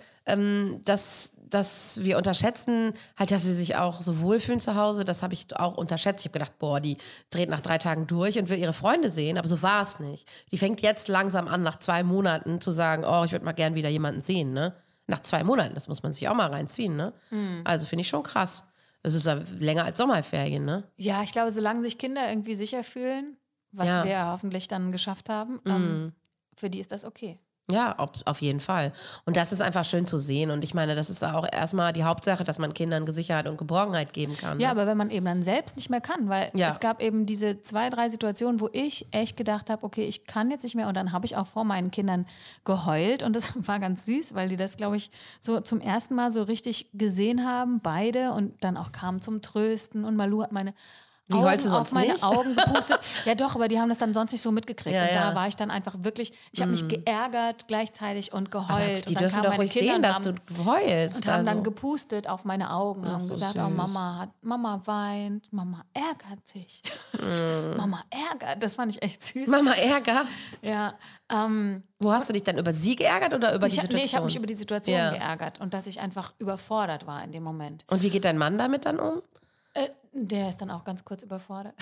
dass wir unterschätzen, halt, dass sie sich auch so wohlfühlen zu Hause. Das habe ich auch unterschätzt. Ich habe gedacht, die dreht nach 3 Tagen durch und will ihre Freunde sehen. Aber so war es nicht. Die fängt jetzt langsam an, nach 2 Monaten zu sagen, ich würde mal gern wieder jemanden sehen. Ne? Nach 2 Monaten, das muss man sich auch mal reinziehen. Ne? Also finde ich schon krass. Es ist ja länger als Sommerferien. Ne? Ja, ich glaube, solange sich Kinder irgendwie sicher fühlen, was wir ja hoffentlich dann geschafft haben, für die ist das okay. Ja, auf jeden Fall. Und das ist einfach schön zu sehen. Und ich meine, das ist auch erstmal die Hauptsache, dass man Kindern Sicherheit und Geborgenheit geben kann. Ja, ne? aber wenn man eben dann selbst nicht mehr kann, weil es gab eben diese 2, 3 Situationen, wo ich echt gedacht habe, okay, ich kann jetzt nicht mehr. Und dann habe ich auch vor meinen Kindern geheult. Und das war ganz süß, weil die das, glaube ich, so zum ersten Mal so richtig gesehen haben, beide. Und dann auch kamen zum Trösten. Und Malu hat meine auf meine Augen gepustet. Ja doch, aber die haben das dann sonst nicht so mitgekriegt. Und da war ich dann einfach wirklich, ich habe mich geärgert gleichzeitig und geheult. Aber die und dann dürfen doch ruhig sehen, dass du heulst. Und haben dann gepustet auf meine Augen, haben so gesagt, Mama weint, Mama ärgert sich. Mama ärgert, das fand ich echt süß. Mama ärgert? Ja. Wo hast du dich dann über sie geärgert oder über die Situation? Ich habe mich über die Situation geärgert und dass ich einfach überfordert war in dem Moment. Und wie geht dein Mann damit dann um? Der ist dann auch ganz kurz überfordert.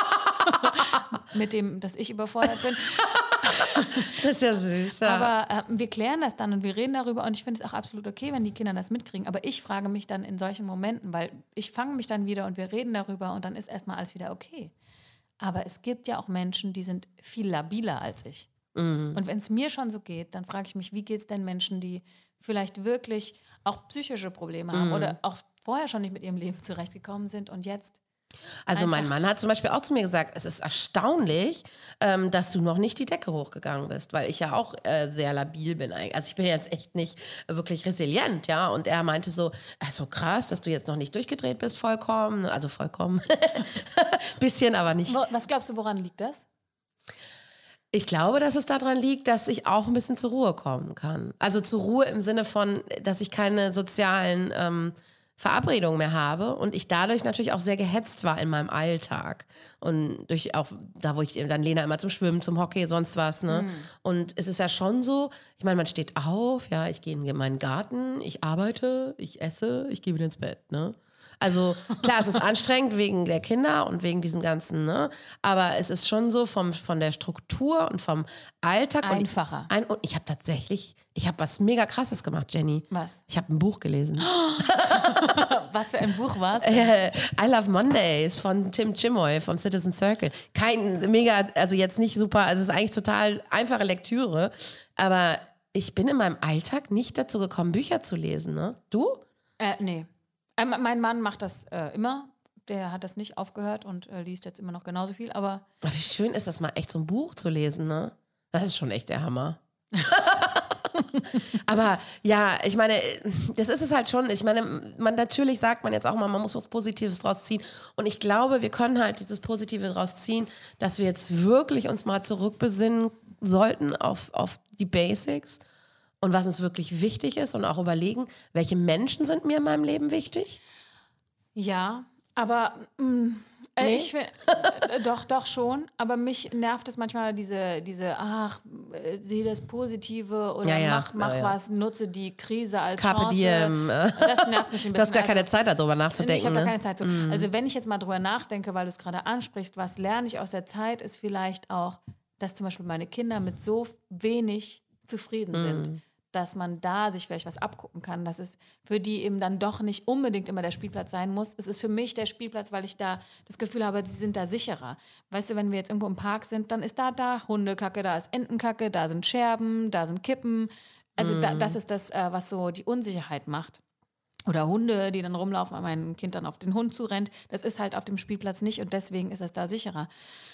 Mit dem, dass ich überfordert bin. Das ist ja süß. Ja. Aber wir klären das dann und wir reden darüber und ich finde es auch absolut okay, wenn die Kinder das mitkriegen. Aber ich frage mich dann in solchen Momenten, weil ich fange mich dann wieder und wir reden darüber und dann ist erstmal alles wieder okay. Aber es gibt ja auch Menschen, die sind viel labiler als ich. Und wenn es mir schon so geht, dann frage ich mich, wie geht es denn Menschen, die vielleicht wirklich auch psychische Probleme haben oder auch vorher schon nicht mit ihrem Leben zurechtgekommen sind und jetzt. Also mein Einfach- Mann hat zum Beispiel auch zu mir gesagt, es ist erstaunlich, dass du noch nicht die Decke hochgegangen bist, weil ich ja auch sehr labil bin. Also ich bin jetzt echt nicht wirklich resilient, ja. Und er meinte so, also krass, dass du jetzt noch nicht durchgedreht bist, vollkommen. Also vollkommen. Bisschen, aber nicht. Was glaubst du, woran liegt das? Ich glaube, dass es daran liegt, dass ich auch ein bisschen zur Ruhe kommen kann. Also zur Ruhe im Sinne von, dass ich keine sozialen Verabredungen mehr habe und ich dadurch natürlich auch sehr gehetzt war in meinem Alltag. Und durch auch da, wo ich dann Lena immer zum Schwimmen, zum Hockey, sonst was, ne? Und es ist ja schon so, ich meine, man steht auf, ja, ich gehe in meinen Garten, ich arbeite, ich esse, ich gehe wieder ins Bett, ne? Also klar, es ist anstrengend wegen der Kinder und wegen diesem Ganzen, ne? Aber es ist schon so von der Struktur und vom Alltag. Einfacher. Und ich habe was mega Krasses gemacht, Jenny. Was? Ich habe ein Buch gelesen. Was für ein Buch war es? I Love Mondays von Tim Chimoy vom Citizen Circle. Kein mega, also jetzt nicht super, also es ist eigentlich total einfache Lektüre, aber ich bin in meinem Alltag nicht dazu gekommen, Bücher zu lesen, ne? Du? Nee. Mein Mann macht das immer. Der hat das nicht aufgehört und liest jetzt immer noch genauso viel, aber. Aber wie schön ist das mal, echt so ein Buch zu lesen, ne? Das ist schon echt der Hammer. Aber ja, ich meine, das ist es halt schon. Ich meine, natürlich sagt man jetzt auch mal, man muss was Positives draus ziehen. Und ich glaube, wir können halt dieses Positive draus ziehen, dass wir jetzt wirklich uns mal zurückbesinnen sollten auf die Basics und was uns wirklich wichtig ist und auch überlegen, welche Menschen sind mir in meinem Leben wichtig? Ja, aber Nee? ich finde, doch schon, aber mich nervt es manchmal sehe das Positive oder Ja, mach ja. was, nutze die Krise als Carpe Chance. diem. Das nervt mich ein bisschen. Du hast gar keine Also, Zeit darüber nee, nachzudenken. ich habe da Ne? keine Zeit zu. Also wenn ich jetzt mal drüber nachdenke, weil du es gerade ansprichst, was lerne ich aus der Zeit, ist vielleicht auch, dass zum Beispiel meine Kinder mit so wenig zufrieden sind, dass man da sich vielleicht was abgucken kann, dass es für die eben dann doch nicht unbedingt immer der Spielplatz sein muss. Es ist für mich der Spielplatz, weil ich da das Gefühl habe, sie sind da sicherer. Weißt du, wenn wir jetzt irgendwo im Park sind, dann ist da Hundekacke, da ist Entenkacke, da sind Scherben, da sind Kippen. Also das ist das, was so die Unsicherheit macht. Oder Hunde, die dann rumlaufen, weil mein Kind dann auf den Hund zurennt. Das ist halt auf dem Spielplatz nicht und deswegen ist es da sicherer.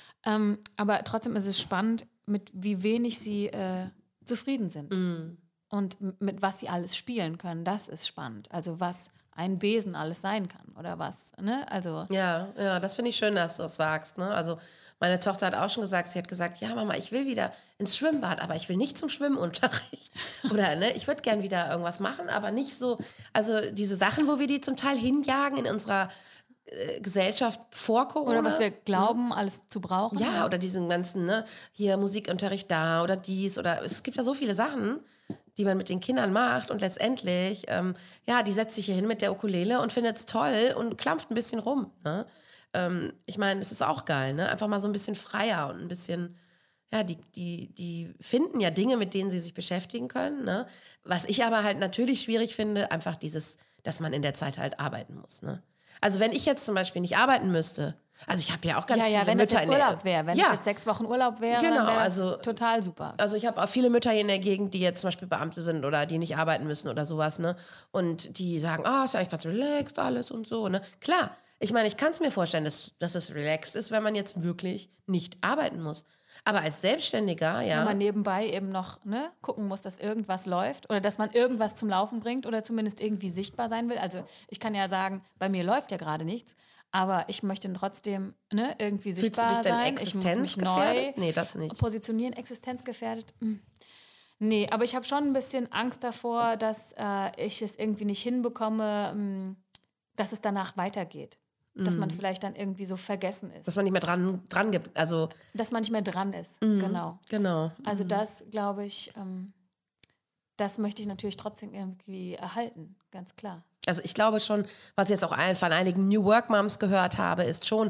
Aber trotzdem ist es spannend, mit wie wenig sie zufrieden sind. Und mit was sie alles spielen können, das ist spannend. Also was ein Besen alles sein kann oder was, ne? Also Ja, das finde ich schön, dass du das sagst. Ne? Also meine Tochter hat auch schon gesagt, sie hat gesagt, ja Mama, ich will wieder ins Schwimmbad, aber ich will nicht zum Schwimmunterricht. Oder ne, ich würde gern wieder irgendwas machen, aber nicht so, also diese Sachen, wo wir die zum Teil hinjagen in unserer Gesellschaft vor Corona. oder was wir glauben, alles zu brauchen. Ja, oder diesen ganzen, ne, hier Musikunterricht da oder dies oder es gibt ja so viele Sachen, die man mit den Kindern macht und letztendlich, die setzt sich hier hin mit der Ukulele und findet es toll und klampft ein bisschen rum. Ne? Ich meine, das ist auch geil, ne? Einfach mal so ein bisschen freier und ein bisschen, ja, die finden ja Dinge, mit denen sie sich beschäftigen können. Ne? Was ich aber halt natürlich schwierig finde, einfach dieses, dass man in der Zeit halt arbeiten muss. Ne? Also wenn ich jetzt zum Beispiel nicht arbeiten müsste, also ich habe ja auch ganz viele wenn das Mütter jetzt Urlaub wäre, wenn es jetzt 6 Wochen Urlaub wäre, Genau, dann wäre das also- total super. Also ich habe auch viele Mütter hier in der Gegend, die jetzt zum Beispiel Beamte sind oder die nicht arbeiten müssen oder sowas, ne? Und die sagen, ist ja eigentlich ganz relaxed alles und so, ne? Klar, ich meine, ich kann es mir vorstellen, dass es relaxed ist, wenn man jetzt wirklich nicht arbeiten muss. Aber als Selbstständiger, Wenn man nebenbei eben noch gucken muss, dass irgendwas läuft oder dass man irgendwas zum Laufen bringt oder zumindest irgendwie sichtbar sein will. Also ich kann ja sagen, bei mir läuft ja gerade nichts, aber ich möchte trotzdem irgendwie Fühlst du sichtbar dich denn sein. Ich muss mich neu existenzgefährdet? Nee, das nicht. positionieren, existenzgefährdet. Nee, aber ich habe schon ein bisschen Angst davor, dass ich es irgendwie nicht hinbekomme, dass es danach weitergeht. Dass man vielleicht dann irgendwie so vergessen ist. Dass man nicht mehr dran gibt. Also, Dass man nicht mehr dran ist, genau. genau. Also das, glaube ich, das möchte ich natürlich trotzdem irgendwie erhalten, ganz klar. Also ich glaube schon, was ich jetzt auch von einigen New Work Moms gehört habe, ist schon,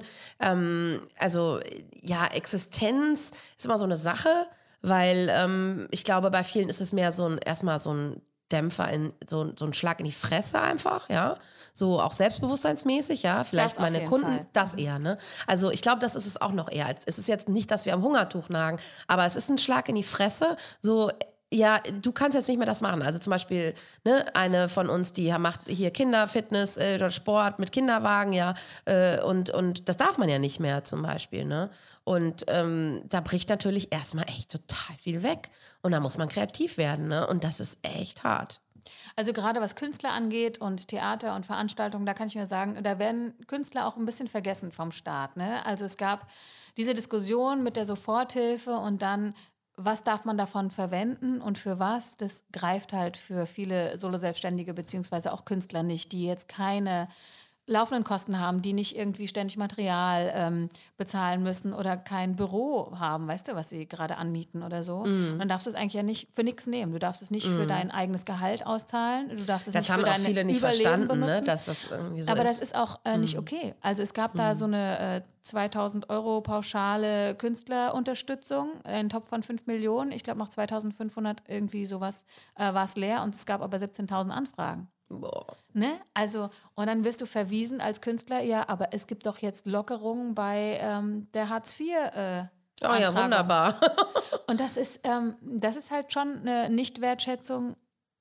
Existenz ist immer so eine Sache, weil ich glaube, bei vielen ist es mehr erstmal so ein Dämpfer, so ein Schlag in die Fresse einfach, ja, so auch selbstbewusstseinsmäßig, ja, vielleicht Das auf meine jeden Kunden, Fall. das eher, ne, also ich glaube, das ist es auch noch eher, es ist jetzt nicht, dass wir am Hungertuch nagen, aber es ist ein Schlag in die Fresse, so, ja, du kannst jetzt nicht mehr das machen. Also zum Beispiel, ne, eine von uns, die macht hier Kinderfitness oder Sport mit Kinderwagen, ja, und das darf man ja nicht mehr zum Beispiel, ne? Und da bricht natürlich erstmal echt total viel weg. Und da muss man kreativ werden, ne? Und das ist echt hart. Also gerade was Künstler angeht und Theater und Veranstaltungen, da kann ich mir sagen, da werden Künstler auch ein bisschen vergessen vom Staat, ne? Also es gab diese Diskussion mit der Soforthilfe und dann, was darf man davon verwenden und für was, das greift halt für viele Solo-Selbstständige beziehungsweise auch Künstler nicht, die jetzt keine laufenden Kosten haben, die nicht irgendwie ständig Material bezahlen müssen oder kein Büro haben, weißt du, was sie gerade anmieten oder so. Dann darfst du es eigentlich ja nicht für nichts nehmen. Du darfst es nicht für dein eigenes Gehalt auszahlen. Du darfst es Das nicht haben für auch dein viele nicht Überleben verstanden, benutzen. ne, dass das irgendwie so Aber ist. das ist auch nicht okay. Also es gab da so eine 2.000 € pauschale Künstlerunterstützung, einen Topf von 5 Millionen. Ich glaube noch 2.500 irgendwie sowas war es leer und es gab aber 17.000 Anfragen. Boah. Ne? Also, und dann wirst du verwiesen als Künstler, ja, aber es gibt doch jetzt Lockerungen bei der Hartz IV. Oh ja, wunderbar. Und das ist halt schon eine Nichtwertschätzung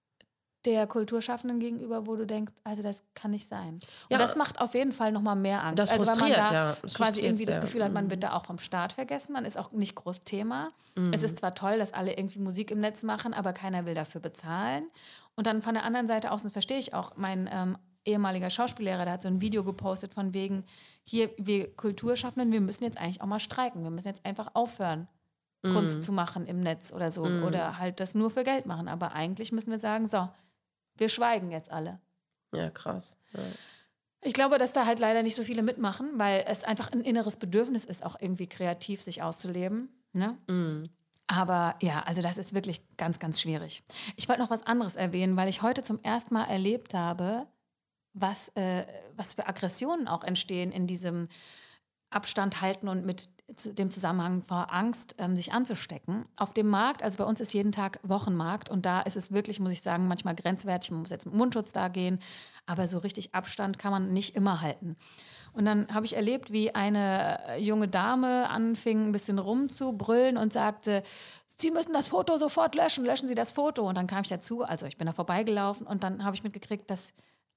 der Kulturschaffenden gegenüber, wo du denkst, also das kann nicht sein. Und Ja, das macht auf jeden Fall nochmal mehr Angst. das Also weil man frustriert, da ja. Das quasi frustriert irgendwie das sehr. Gefühl hat, man wird da auch vom Staat vergessen, man ist auch nicht groß Thema. Es ist zwar toll, dass alle irgendwie Musik im Netz machen, aber keiner will dafür bezahlen. Und dann von der anderen Seite aus, das verstehe ich auch, mein ehemaliger Schauspiellehrer, der hat so ein Video gepostet von wegen, hier, wir Kulturschaffenden, wir müssen jetzt eigentlich auch mal streiken, wir müssen jetzt einfach aufhören, Kunst zu machen im Netz oder so oder halt das nur für Geld machen. Aber eigentlich müssen wir sagen, so, wir schweigen jetzt alle. Ja, krass. Ja. Ich glaube, dass da halt leider nicht so viele mitmachen, weil es einfach ein inneres Bedürfnis ist, auch irgendwie kreativ sich auszuleben. Ne? Aber ja, also das ist wirklich ganz, ganz schwierig. Ich wollte noch was anderes erwähnen, weil ich heute zum ersten Mal erlebt habe, was für Aggressionen auch entstehen in diesem Abstand halten und mit dem Zusammenhang vor Angst, sich anzustecken. Auf dem Markt, also bei uns ist jeden Tag Wochenmarkt und da ist es wirklich, muss ich sagen, manchmal grenzwertig. Man muss jetzt mit Mundschutz da gehen, aber so richtig Abstand kann man nicht immer halten. Und dann habe ich erlebt, wie eine junge Dame anfing, ein bisschen rumzubrüllen und sagte, Sie müssen das Foto sofort löschen, löschen Sie das Foto. Und dann kam ich dazu, also ich bin da vorbeigelaufen und dann habe ich mitgekriegt, dass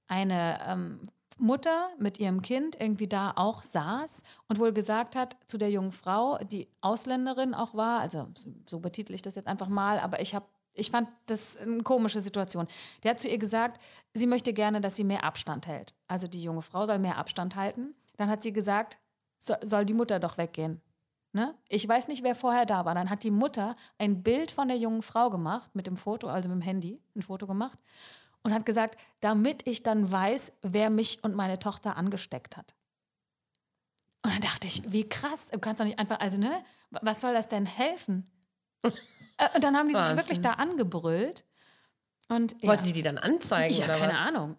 eine Mutter mit ihrem Kind irgendwie da auch saß und wohl gesagt hat zu der jungen Frau, die Ausländerin auch war, also so betitel ich das jetzt einfach mal, aber ich fand das eine komische Situation. Der hat zu ihr gesagt, sie möchte gerne, dass sie mehr Abstand hält. Also die junge Frau soll mehr Abstand halten. Dann hat sie gesagt, soll die Mutter doch weggehen. Ne? Ich weiß nicht, wer vorher da war. Dann hat die Mutter ein Bild von der jungen Frau gemacht, mit dem Foto, also mit dem Handy, ein Foto gemacht. Und hat gesagt, damit ich dann weiß, wer mich und meine Tochter angesteckt hat. Und dann dachte ich, wie krass, du kannst doch nicht einfach, also ne, was soll das denn helfen? Und dann haben die sich wirklich da angebrüllt. Und, ja. Wollten die dann anzeigen? Ja, oder keine was? Ahnung.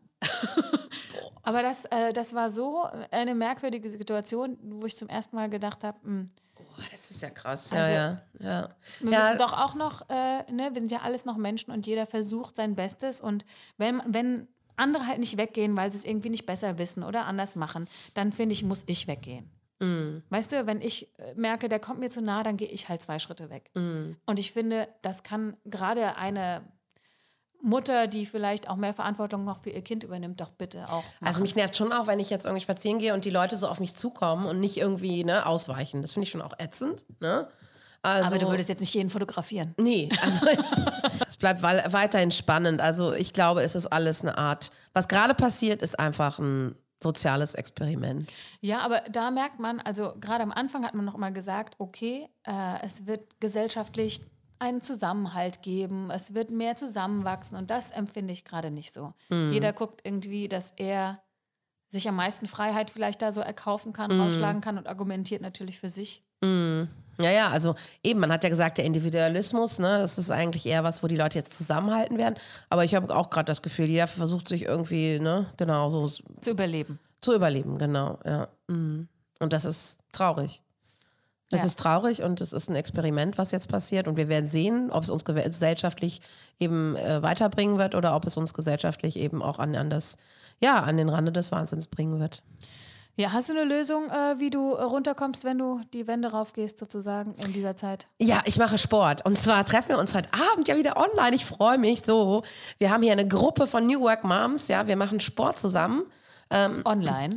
Aber das war so eine merkwürdige Situation, wo ich zum ersten Mal gedacht habe, Das ist ja krass. Also, ja. wir müssen doch auch noch, wir sind ja alles noch Menschen und jeder versucht sein Bestes. Und wenn andere halt nicht weggehen, weil sie es irgendwie nicht besser wissen oder anders machen, dann finde ich, muss ich weggehen. Weißt du, wenn ich merke, der kommt mir zu nah, dann gehe ich halt 2 Schritte weg. Und ich finde, das kann gerade eine Mutter, die vielleicht auch mehr Verantwortung noch für ihr Kind übernimmt, doch bitte auch machen. Also mich nervt schon auch, wenn ich jetzt irgendwie spazieren gehe und die Leute so auf mich zukommen und nicht irgendwie ausweichen. Das finde ich schon auch ätzend. Ne? Also, aber du würdest jetzt nicht jeden fotografieren. Nee, also es bleibt weiterhin spannend. Also ich glaube, es ist alles eine Art, was gerade passiert, ist einfach ein soziales Experiment. Ja, aber da merkt man, also gerade am Anfang hat man noch mal gesagt, okay, es wird gesellschaftlich einen Zusammenhalt geben, es wird mehr zusammenwachsen und das empfinde ich gerade nicht so. Jeder guckt irgendwie, dass er sich am meisten Freiheit vielleicht da so erkaufen kann, rausschlagen kann und argumentiert natürlich für sich. Ja, also eben, man hat ja gesagt, der Individualismus, ne, das ist eigentlich eher was, wo die Leute jetzt zusammenhalten werden. Aber ich habe auch gerade das Gefühl, jeder versucht sich irgendwie, ne, genau so zu überleben. Zu überleben, genau, ja. Und das ist traurig. Das ist traurig und es ist ein Experiment, was jetzt passiert. Und wir werden sehen, ob es uns gesellschaftlich eben weiterbringen wird oder ob es uns gesellschaftlich eben auch an den Rande des Wahnsinns bringen wird. Ja, hast du eine Lösung, wie du runterkommst, wenn du die Wände raufgehst, sozusagen, in dieser Zeit? Ja, ich mache Sport. Und zwar treffen wir uns heute Abend ja wieder online. Ich freue mich so. Wir haben hier eine Gruppe von New Work Moms. Ja, wir machen Sport zusammen. Online.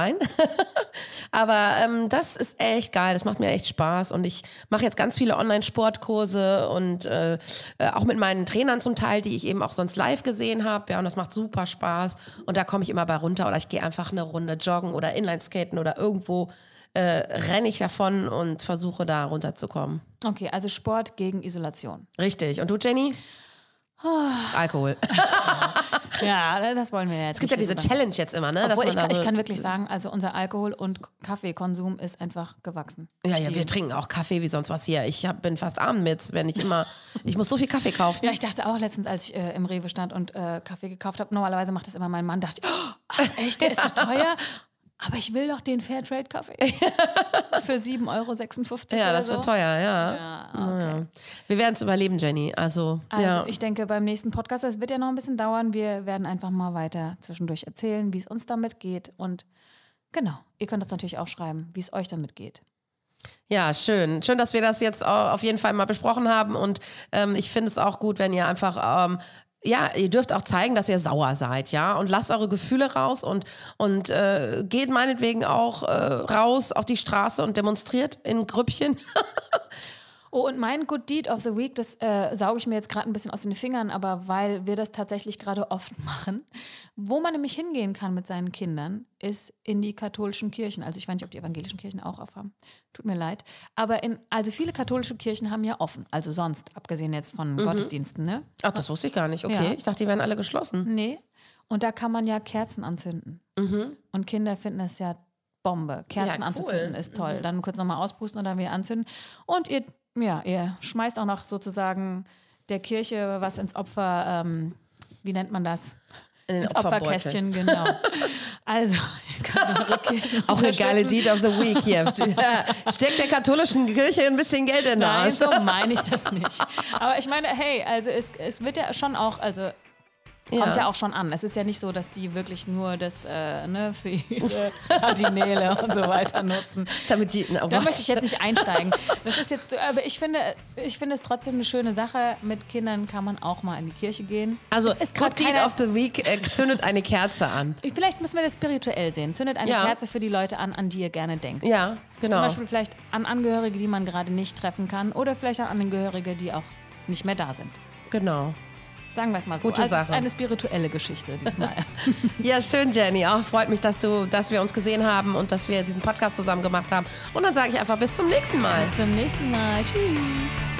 Aber das ist echt geil, das macht mir echt Spaß und ich mache jetzt ganz viele Online-Sportkurse und auch mit meinen Trainern zum Teil, die ich eben auch sonst live gesehen habe, ja, und das macht super Spaß und da komme ich immer bei runter oder ich gehe einfach eine Runde joggen oder Inlineskaten oder irgendwo renne ich davon und versuche da runterzukommen. Okay, also Sport gegen Isolation. Richtig. Und du, Jenny? Alkohol. Ja, das wollen wir jetzt. Es gibt ja diese Challenge jetzt immer, ne? Obwohl, ich kann wirklich sagen, also unser Alkohol- und Kaffeekonsum ist einfach gewachsen. Ja, wir trinken auch Kaffee wie sonst was hier. Ich bin fast arm mit, wenn ich immer, ich muss so viel Kaffee kaufen. Ja, ich dachte auch letztens, als ich im Rewe stand und Kaffee gekauft habe, normalerweise macht das immer mein Mann, dachte ich, oh, echt, der ist so teuer? Aber ich will doch den Fairtrade-Kaffee. Für 7,56 € Ja, oder das so. wird teuer, ja. Ja, okay. Ja. Wir werden es überleben, Jenny. Also ja. Ich denke, beim nächsten Podcast, das wird ja noch ein bisschen dauern, wir werden einfach mal weiter zwischendurch erzählen, wie es uns damit geht. Und genau, ihr könnt uns natürlich auch schreiben, wie es euch damit geht. Ja, schön. Schön, dass wir das jetzt auf jeden Fall mal besprochen haben. Und ich finde es auch gut, wenn ihr einfach ihr dürft auch zeigen, dass ihr sauer seid, ja, und lasst eure Gefühle raus und geht meinetwegen auch raus auf die Straße und demonstriert in Grüppchen. Oh, und mein Good Deed of the Week, das sauge ich mir jetzt gerade ein bisschen aus den Fingern, aber weil wir das tatsächlich gerade oft machen, wo man nämlich hingehen kann mit seinen Kindern, ist in die katholischen Kirchen. Also ich weiß nicht, ob die evangelischen Kirchen auch aufhaben. Tut mir leid. Aber also viele katholische Kirchen haben ja offen. Also sonst, abgesehen jetzt von Gottesdiensten, ne? Ach, das wusste ich gar nicht. Okay, Ja. ich dachte, die wären alle geschlossen. Nee. Und da kann man ja Kerzen anzünden. Und Kinder finden es ja Bombe. Kerzen Ja, cool. anzuzünden ist toll. Dann kurz nochmal auspusten und dann wieder anzünden. Und ihr schmeißt auch noch sozusagen der Kirche was ins Opfer, wie nennt man das? In den Ins Opferbeutel. Opferkästchen, genau. Also, ihr könnt eure Kirchen Auch eine geile unterstützen. Deed of the Week hier. Steckt der katholischen Kirche ein bisschen Geld in den Nein, Arsch. so meine ich das nicht. Aber ich meine, hey, also es wird ja schon auch, also kommt ja auch schon an. Es ist ja nicht so, dass die wirklich nur das für ihre Kardinäle und so weiter nutzen. Damit Da möchte ich jetzt nicht einsteigen. Das ist jetzt, aber ich finde es trotzdem eine schöne Sache. Mit Kindern kann man auch mal in die Kirche gehen. Also, es ist grad Good Deed of the Week zündet eine Kerze an. Vielleicht müssen wir das spirituell sehen. Zündet eine Kerze für die Leute an die ihr gerne denkt. Ja, genau. Zum Beispiel vielleicht an Angehörige, die man gerade nicht treffen kann, oder vielleicht an Angehörige, die auch nicht mehr da sind. Genau. Sagen wir es mal so. Gute Also es Sache. ist eine spirituelle Geschichte diesmal. Ja, schön, Jenny. Auch freut mich, dass wir uns gesehen haben und dass wir diesen Podcast zusammen gemacht haben. Und dann sage ich einfach bis zum nächsten Mal. Bis zum nächsten Mal. Tschüss.